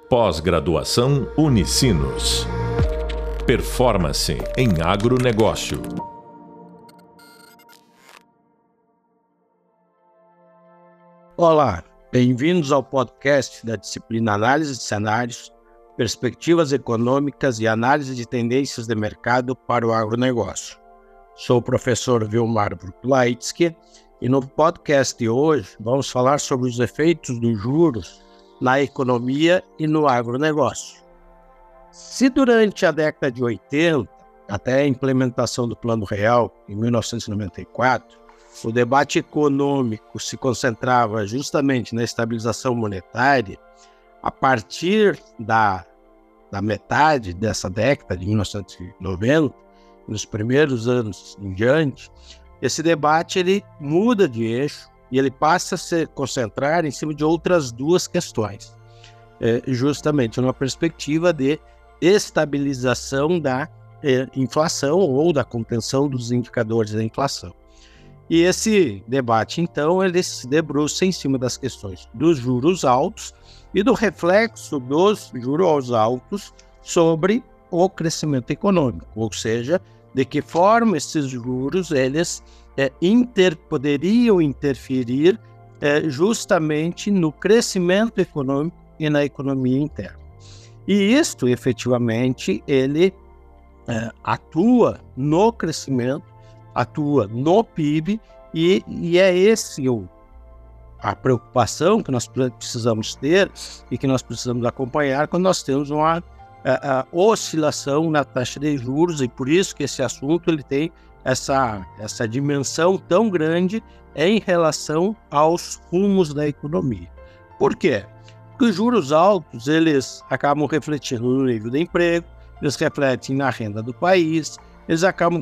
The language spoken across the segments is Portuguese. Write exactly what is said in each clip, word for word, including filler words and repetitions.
Pós-graduação Unicinos. Performance em agronegócio. Olá, bem-vindos ao podcast da disciplina Análise de Cenários, Perspectivas Econômicas e Análise de Tendências de Mercado para o Agronegócio. Sou o professor Vilmar Brutlaitsky e no podcast de hoje vamos falar sobre os efeitos dos juros na economia e no agronegócio. Se durante a década de oitenta, até a implementação do Plano Real, em mil novecentos e noventa e quatro, o debate econômico se concentrava justamente na estabilização monetária, a partir da, da metade dessa década, de mil novecentos e noventa, nos primeiros anos em diante, esse debate ele muda de eixo e ele passa a se concentrar em cima de outras duas questões, é, justamente numa perspectiva de estabilização da é, inflação ou da contenção dos indicadores da inflação. E esse debate, então, ele se debruça em cima das questões dos juros altos e do reflexo dos juros altos sobre o crescimento econômico, ou seja, de que forma esses juros eles é, inter, poderiam interferir é, justamente no crescimento econômico e na economia interna. E isto, efetivamente, ele é, atua no crescimento, atua no P I B e, e é esse o, a preocupação que nós precisamos ter e que nós precisamos acompanhar quando nós temos uma a, a oscilação na taxa de juros, e por isso que esse assunto ele tem essa, essa dimensão tão grande em relação aos rumos da economia. Por quê? Porque os juros altos eles acabam refletindo no nível de emprego, eles refletem na renda do país, eles acabam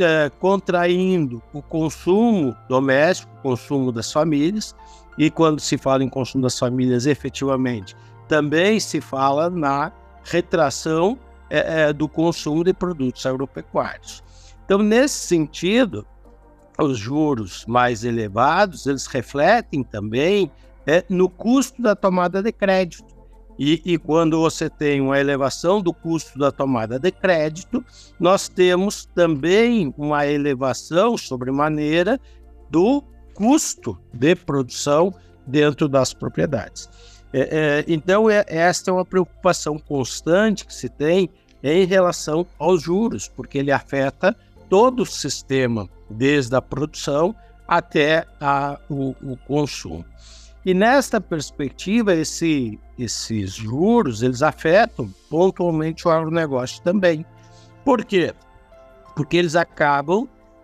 contraindo o consumo doméstico, o consumo das famílias, e quando se fala em consumo das famílias, efetivamente, também se fala na retração é, do consumo de produtos agropecuários. Então, nesse sentido, os juros mais elevados, eles refletem também é, no custo da tomada de crédito. E, e quando você tem uma elevação do custo da tomada de crédito, nós temos também uma elevação sobremaneira do custo de produção dentro das propriedades. É, é, então, é, esta é uma preocupação constante que se tem em relação aos juros, porque ele afeta todo o sistema, desde a produção até a, o, o consumo. E nesta perspectiva, esse, esses juros, eles afetam pontualmente o agronegócio também. Por quê? Porque eles acabam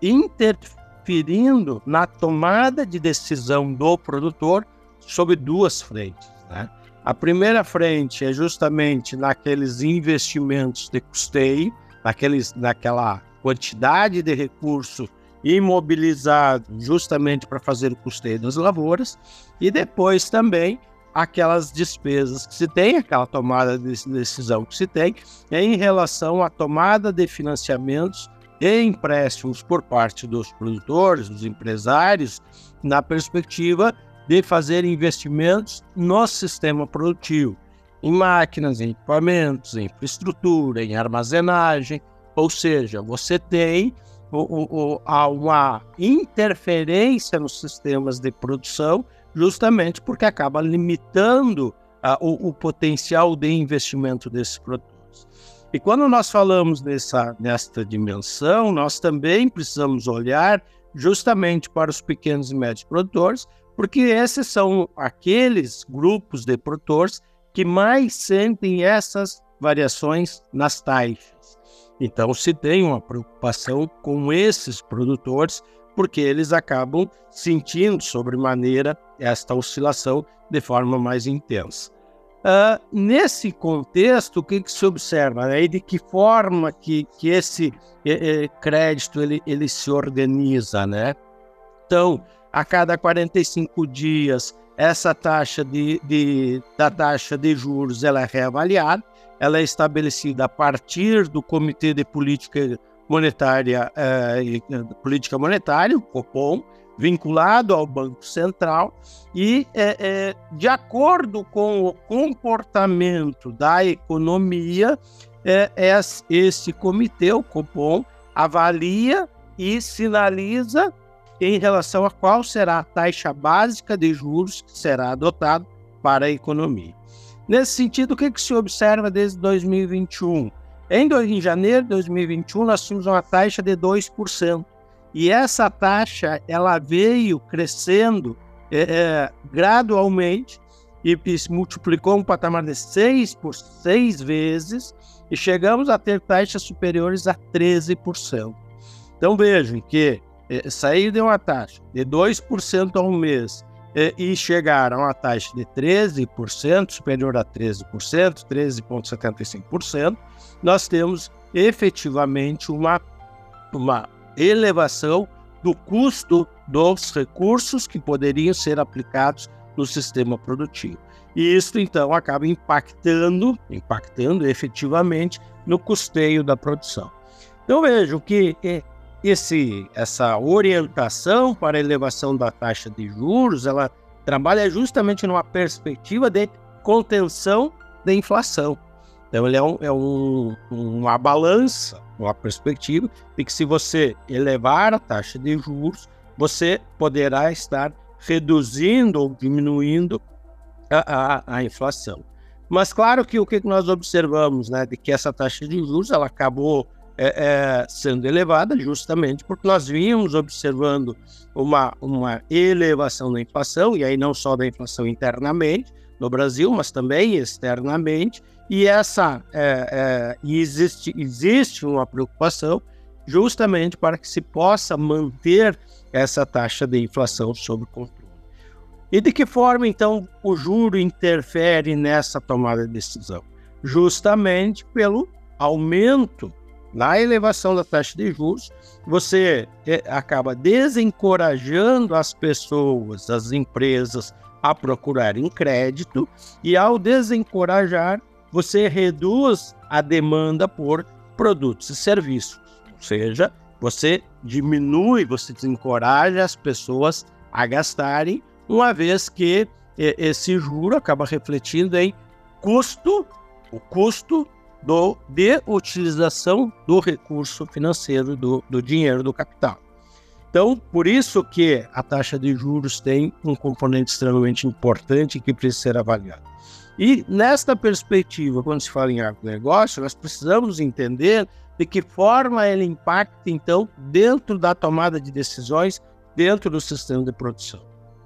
interferindo na tomada de decisão do produtor sobre duas frentes, né? A primeira frente é justamente naqueles investimentos de custeio, naqueles, naquela quantidade de recurso imobilizado justamente para fazer o custeio das lavouras, e depois também aquelas despesas que se tem, aquela tomada de decisão que se tem em relação à tomada de financiamentos e empréstimos por parte dos produtores, dos empresários, na perspectiva de fazer investimentos no sistema produtivo, em máquinas, em equipamentos, em infraestrutura, em armazenagem, ou seja, você tem o, o, uma interferência nos sistemas de produção, justamente porque acaba limitando uh, o, o potencial de investimento desses produtores. E quando nós falamos nessa, nesta dimensão, nós também precisamos olhar justamente para os pequenos e médios produtores, porque esses são aqueles grupos de produtores que mais sentem essas variações nas taxas. Então, se tem uma preocupação com esses produtores, porque eles acabam sentindo sobremaneira esta oscilação de forma mais intensa. Uh, nesse contexto, o que, que se observa? Né? E de que forma que, que esse eh, eh, crédito ele, ele se organiza, né? Então, a cada quarenta e cinco dias, essa taxa de, de, da taxa de juros ela é reavaliada, ela é estabelecida a partir do Comitê de Política Monetária, eh, Política Monetária, o Copom, vinculado ao Banco Central e, é, é, de acordo com o comportamento da economia, é, é, esse comitê, o Copom, avalia e sinaliza em relação a qual será a taxa básica de juros que será adotada para a economia. Nesse sentido, o que, que se observa desde dois mil e vinte e um? Em, em janeiro de dois mil e vinte e um, nós tínhamos uma taxa de dois por cento. E essa taxa ela veio crescendo é, é, gradualmente e, e se multiplicou um patamar de seis por seis vezes e chegamos a ter taxas superiores a treze por cento. Então vejam que é, saiu de uma taxa de dois por cento ao mês é, e chegaram a uma taxa de treze por cento, superior a treze por cento, treze vírgula setenta e cinco por cento, nós temos efetivamente uma, uma elevação do custo dos recursos que poderiam ser aplicados no sistema produtivo. E isso, então, acaba impactando, impactando efetivamente no custeio da produção. Então, vejam que esse, essa orientação para a elevação da taxa de juros, ela trabalha justamente numa perspectiva de contenção da inflação. Então, ele é, um, é um, uma balança, uma perspectiva de que se você elevar a taxa de juros, você poderá estar reduzindo ou diminuindo a, a, a inflação. Mas claro que o que nós observamos, né, de que essa taxa de juros ela acabou é, é, sendo elevada justamente porque nós vínhamos observando uma, uma elevação da inflação, e aí não só da inflação internamente no Brasil, mas também externamente, e essa é, é, existe, existe uma preocupação justamente para que se possa manter essa taxa de inflação sob controle. E de que forma, então, o juro interfere nessa tomada de decisão? Justamente pelo aumento na elevação da taxa de juros, você é, acaba desencorajando as pessoas, as empresas, a procurarem crédito, e ao desencorajar, você reduz a demanda por produtos e serviços. Ou seja, você diminui, você desencoraja as pessoas a gastarem, uma vez que esse juro acaba refletindo em custo, o custo do, de utilização do recurso financeiro, do, do dinheiro, do capital. Então, por isso que a taxa de juros tem um componente extremamente importante que precisa ser avaliado. E nesta perspectiva, quando se fala em agronegócio, nós precisamos entender de que forma ele impacta, então, dentro da tomada de decisões, dentro do sistema de produção.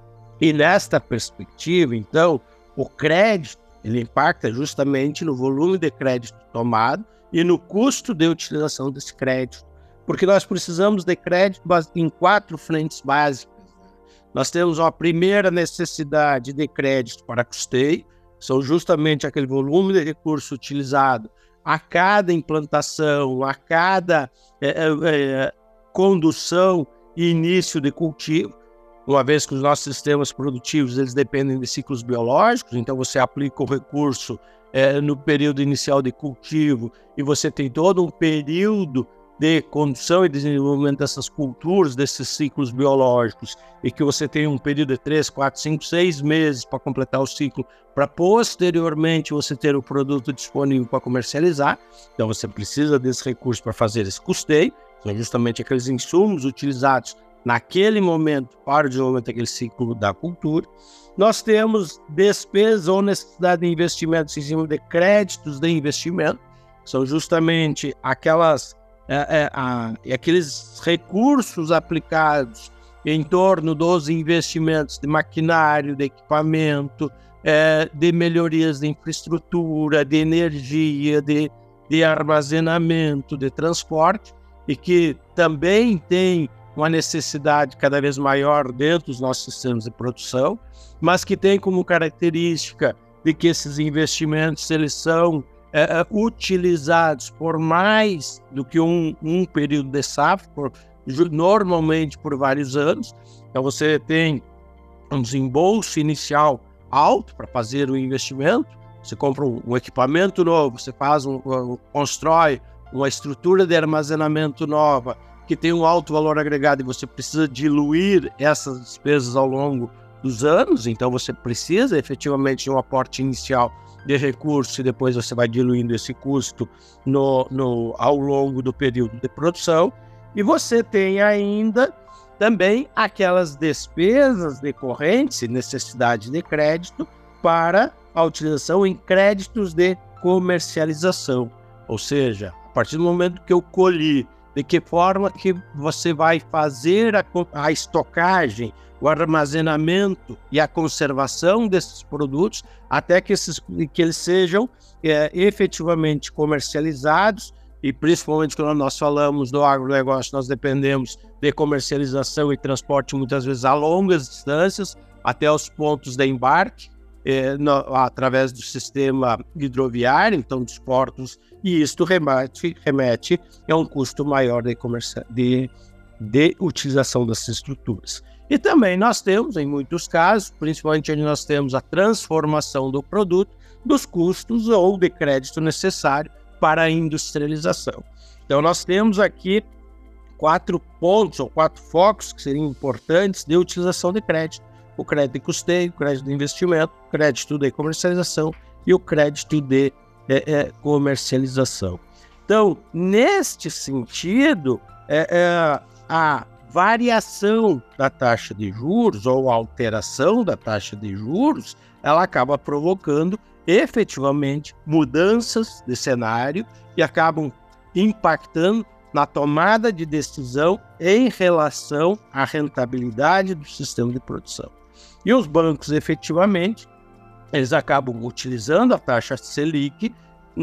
E nesta perspectiva, então, o crédito, ele impacta justamente no volume de crédito tomado e no custo de utilização desse crédito, porque nós precisamos de crédito em quatro frentes básicas. Nós temos uma primeira necessidade de crédito para custeio, são justamente aquele volume de recurso utilizado a cada implantação, a cada é, é, condução e início de cultivo, uma vez que os nossos sistemas produtivos eles dependem de ciclos biológicos, então você aplica o recurso é, no período inicial de cultivo e você tem todo um período de condução e desenvolvimento dessas culturas, desses ciclos biológicos, e que você tem um período de três, quatro, cinco, seis meses para completar o ciclo, para posteriormente você ter o produto disponível para comercializar. Então você precisa desse recurso para fazer esse custeio, são justamente aqueles insumos utilizados naquele momento para o desenvolvimento daquele ciclo da cultura. Nós temos despesa ou necessidade de investimentos em cima de créditos de investimento, são justamente aquelas É, é, a, aqueles recursos aplicados em torno dos investimentos de maquinário, de equipamento, é, de melhorias de infraestrutura, de energia, de, de armazenamento, de transporte, e que também tem uma necessidade cada vez maior dentro dos nossos sistemas de produção, mas que tem como característica de que esses investimentos eles são É, utilizados por mais do que um, um período de safra, por, normalmente por vários anos. Então você tem um desembolso inicial alto para fazer o investimento, você compra um, um equipamento novo, você faz um, um, constrói uma estrutura de armazenamento nova que tem um alto valor agregado e você precisa diluir essas despesas ao longo dos anos, então você precisa efetivamente de um aporte inicial de recurso e depois você vai diluindo esse custo no, no, ao longo do período de produção. E você tem ainda também aquelas despesas decorrentes, necessidade de crédito para a utilização em créditos de comercialização. Ou seja, a partir do momento que eu colhi, de que forma que você vai fazer a, a estocagem, o armazenamento e a conservação desses produtos até que, esses, que eles sejam é, efetivamente comercializados. E principalmente quando nós falamos do agronegócio, nós dependemos de comercialização e transporte muitas vezes a longas distâncias, até os pontos de embarque, eh, no, através do sistema hidroviário, então dos portos, e isto remete, remete a um custo maior de, de, de utilização dessas estruturas. E também nós temos, em muitos casos, principalmente onde nós temos a transformação do produto, dos custos ou de crédito necessário para a industrialização. Então, nós temos aqui quatro pontos ou quatro focos que seriam importantes de utilização de crédito: o crédito de custeio, o crédito de investimento, o crédito de comercialização e o crédito de é, é, comercialização. Então, neste sentido, é, é, a variação da taxa de juros ou a alteração da taxa de juros, ela acaba provocando efetivamente mudanças de cenário e acabam impactando na tomada de decisão em relação à rentabilidade do sistema de produção. E os bancos, efetivamente, eles acabam utilizando a taxa Selic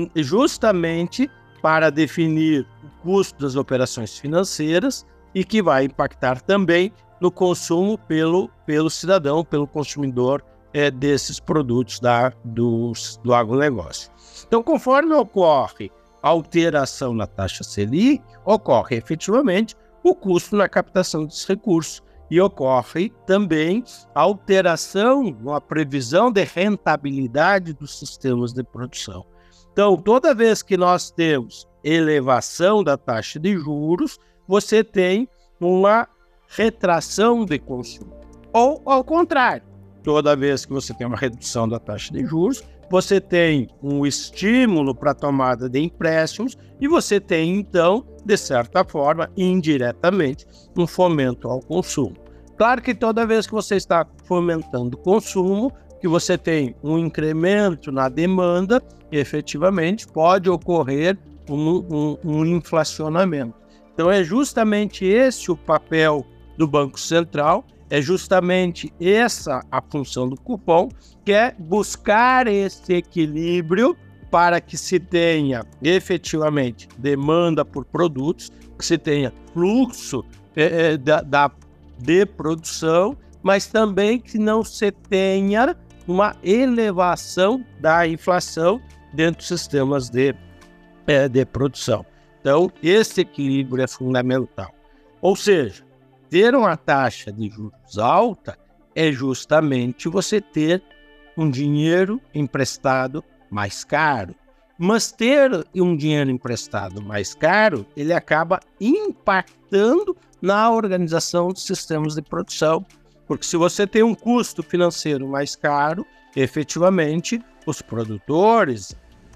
justamente para definir o custo das operações financeiras e que vai impactar também no consumo pelo, pelo cidadão, pelo consumidor É, desses produtos da, do, do agronegócio. Então, conforme ocorre a alteração na taxa Selic, ocorre efetivamente o custo na captação desses recursos e ocorre também a alteração na previsão de rentabilidade dos sistemas de produção. Então, toda vez que nós temos elevação da taxa de juros, você tem uma retração de consumo. Ou, ao contrário, toda vez que você tem uma redução da taxa de juros, você tem um estímulo para a tomada de empréstimos e você tem, então, de certa forma, indiretamente, um fomento ao consumo. Claro que toda vez que você está fomentando o consumo, que você tem um incremento na demanda, efetivamente pode ocorrer um, um, um inflacionamento. Então, é justamente esse o papel do Banco Central. É justamente essa a função do cupom, que é buscar esse equilíbrio para que se tenha efetivamente demanda por produtos, que se tenha fluxo é, é, da, da, de produção, mas também que não se tenha uma elevação da inflação dentro dos sistemas de, é, de produção. Então, esse equilíbrio é fundamental. Ou seja, ter uma taxa de juros alta é justamente você ter um dinheiro emprestado mais caro. Mas ter um dinheiro emprestado mais caro, ele acaba impactando na organização dos sistemas de produção. Porque se você tem um custo financeiro mais caro, efetivamente, os produtores,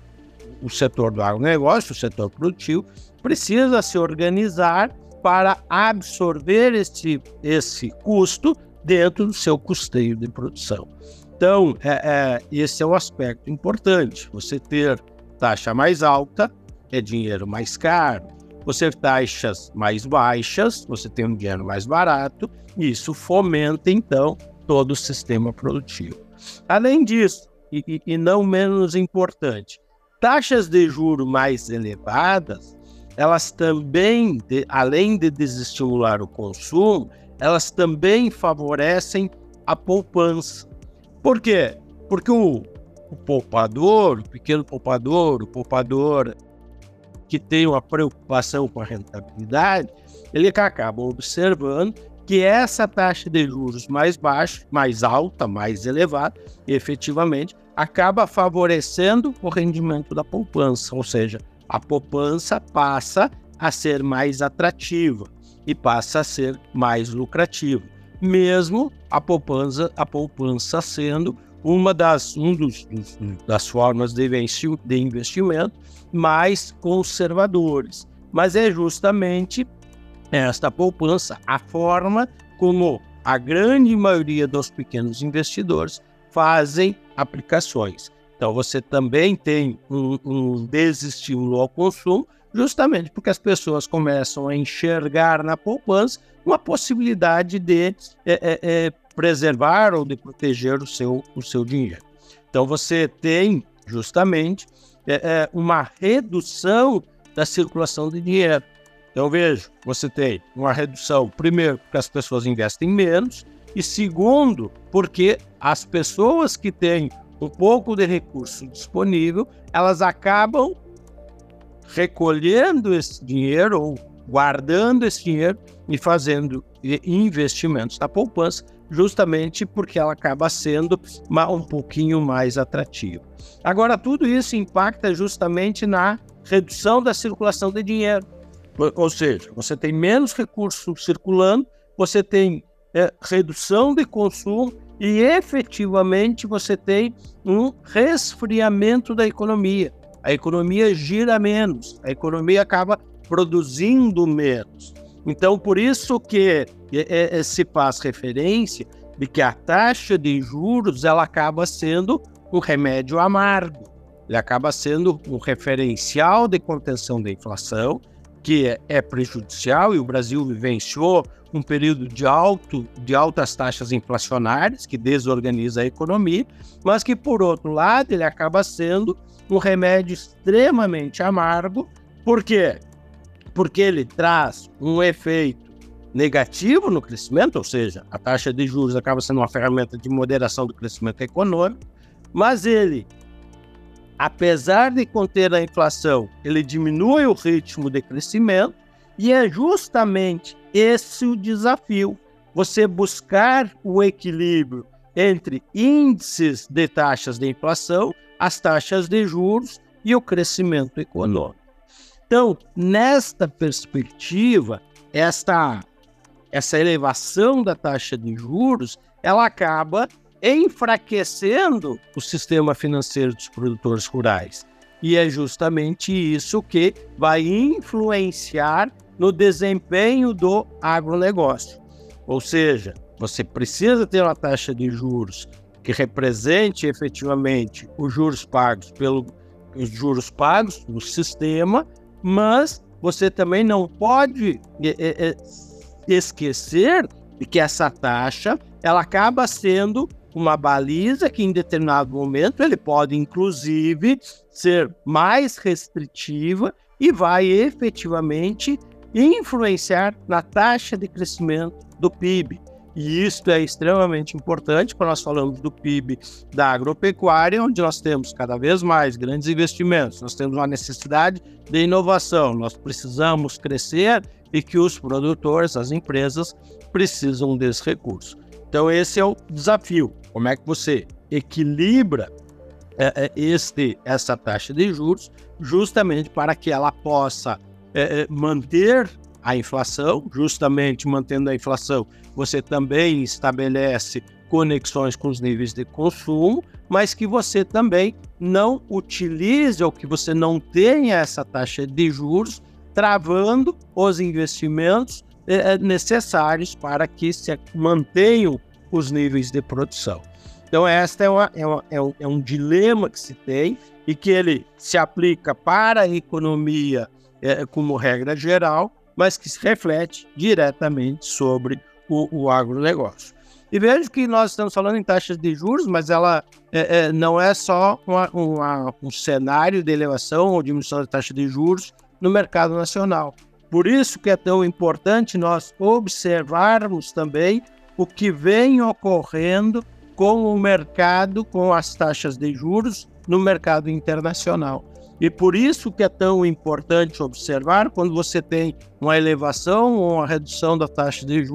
o setor do agronegócio, o setor produtivo, precisa se organizar para absorver esse, esse custo dentro do seu custeio de produção. Então, é, é, esse é um aspecto importante. Você ter taxa mais alta é dinheiro mais caro. Você ter taxas mais baixas, você tem um dinheiro mais barato, e isso fomenta, então, todo o sistema produtivo. Além disso, e, e não menos importante, taxas de juros mais elevadas, elas também, de, além de desestimular o consumo, elas também favorecem a poupança. Por quê? Porque o, o poupador, o pequeno poupador, o poupador que tem uma preocupação com a rentabilidade, ele acaba observando que essa taxa de juros mais baixa, mais alta, mais elevada, efetivamente, acaba favorecendo o rendimento da poupança, ou seja, a poupança passa a ser mais atrativa. e passa a ser mais lucrativo, mesmo a poupança, a poupança sendo uma das, um dos, dos, das formas de investimento mais conservadores. Mas é justamente esta poupança a forma como a grande maioria dos pequenos investidores fazem aplicações. Então você também tem um, um desestímulo ao consumo, justamente porque as pessoas começam a enxergar na poupança uma possibilidade de é, é, é, preservar ou de proteger o seu, o seu dinheiro. Então você tem justamente é, é, uma redução da circulação de dinheiro. Então veja, você tem uma redução, primeiro, porque as pessoas investem menos, e segundo, porque as pessoas que têm um pouco de recurso disponível, elas acabam recolhendo esse dinheiro ou guardando esse dinheiro e fazendo investimentos na poupança, justamente porque ela acaba sendo um pouquinho mais atrativa. Agora, tudo isso impacta justamente na redução da circulação de dinheiro. Ou seja, você tem menos recursos circulando, você tem é, redução de consumo e efetivamente você tem um resfriamento da economia. A economia gira menos, a economia acaba produzindo menos. Então, por isso que é, é, se faz referência de que a taxa de juros ela acaba sendo um remédio amargo. Ele acaba sendo um referencial de contenção da inflação, que é, é prejudicial, e o Brasil vivenciou um período de, alto, de altas taxas inflacionárias, que desorganiza a economia, mas que, por outro lado, ele acaba sendo um remédio extremamente amargo. Por quê? Porque ele traz um efeito negativo no crescimento, ou seja, a taxa de juros acaba sendo uma ferramenta de moderação do crescimento econômico, mas ele, apesar de conter a inflação, ele diminui o ritmo de crescimento, e é justamente esse o desafio, você buscar o equilíbrio entre índices de taxas de inflação, as taxas de juros e o crescimento econômico. Então, nesta perspectiva, esta, essa elevação da taxa de juros, ela acaba enfraquecendo o sistema financeiro dos produtores rurais. E é justamente isso que vai influenciar no desempenho do agronegócio. Ou seja, você precisa ter uma taxa de juros que represente efetivamente os juros pagos pelo, os juros pagos no sistema, mas você também não pode é, é, esquecer de que essa taxa ela acaba sendo uma baliza que em determinado momento ele pode inclusive ser mais restritiva e vai efetivamente influenciar na taxa de crescimento do P I B. E isso é extremamente importante quando nós falamos do P I B da agropecuária, onde nós temos cada vez mais grandes investimentos, nós temos uma necessidade de inovação, nós precisamos crescer e que os produtores, as empresas, precisam desse recurso. Então esse é o desafio, como é que você equilibra é, é, este, essa taxa de juros justamente para que ela possa é, manter a inflação, justamente mantendo a inflação, você também estabelece conexões com os níveis de consumo, mas que você também não utilize ou que você não tenha essa taxa de juros travando os investimentos é, necessários para que se mantenham os níveis de produção. Então, esta é, uma, é, uma, é, um, é um dilema que se tem e que ele se aplica para a economia é, como regra geral, mas que se reflete diretamente sobre o, o agronegócio. E vejo que nós estamos falando em taxas de juros, mas ela é, é, não é só uma, uma, um cenário de elevação ou diminuição da taxa de juros no mercado nacional. Por isso que é tão importante nós observarmos também o que vem ocorrendo com o mercado, com as taxas de juros no mercado internacional. E por isso que é tão importante observar quando você tem uma elevação ou uma redução da taxa de juros,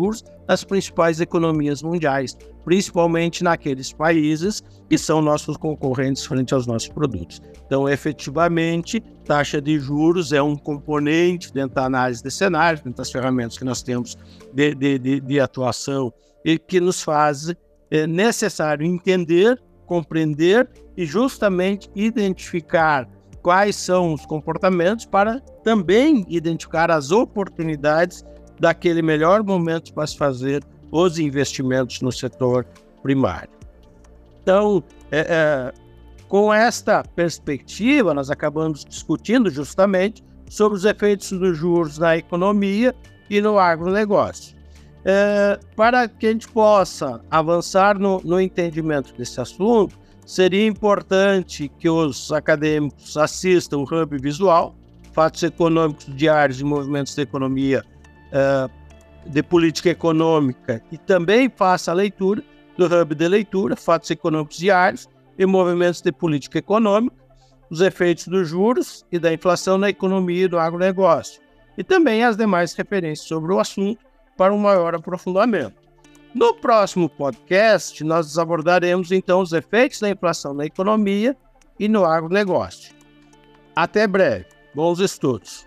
nas principais economias mundiais, principalmente naqueles países que são nossos concorrentes frente aos nossos produtos. Então, efetivamente, taxa de juros é um componente dentro da análise de cenários, dentro das ferramentas que nós temos de, de, de, de atuação e que nos faz é, necessário entender, compreender e justamente identificar quais são os comportamentos para também identificar as oportunidades daquele melhor momento para se fazer os investimentos no setor primário. Então, é, é, com esta perspectiva, nós acabamos discutindo justamente sobre os efeitos dos juros na economia e no agronegócio. É, para que a gente possa avançar no, no entendimento desse assunto, seria importante que os acadêmicos assistam o Hub Visual, Fatos Econômicos Diários e Movimentos da Economia, uh, de Política Econômica, e também faça a leitura do Hub de Leitura, Fatos Econômicos Diários e Movimentos de Política Econômica, os efeitos dos juros e da inflação na economia e do agronegócio, e também as demais referências sobre o assunto para um maior aprofundamento. No próximo podcast, nós abordaremos então os efeitos da inflação na economia e no agronegócio. Até breve. Bons estudos.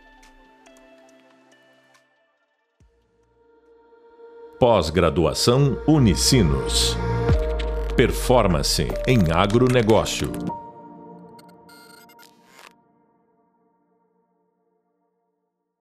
Pós-graduação Unicinos. Performance em agronegócio.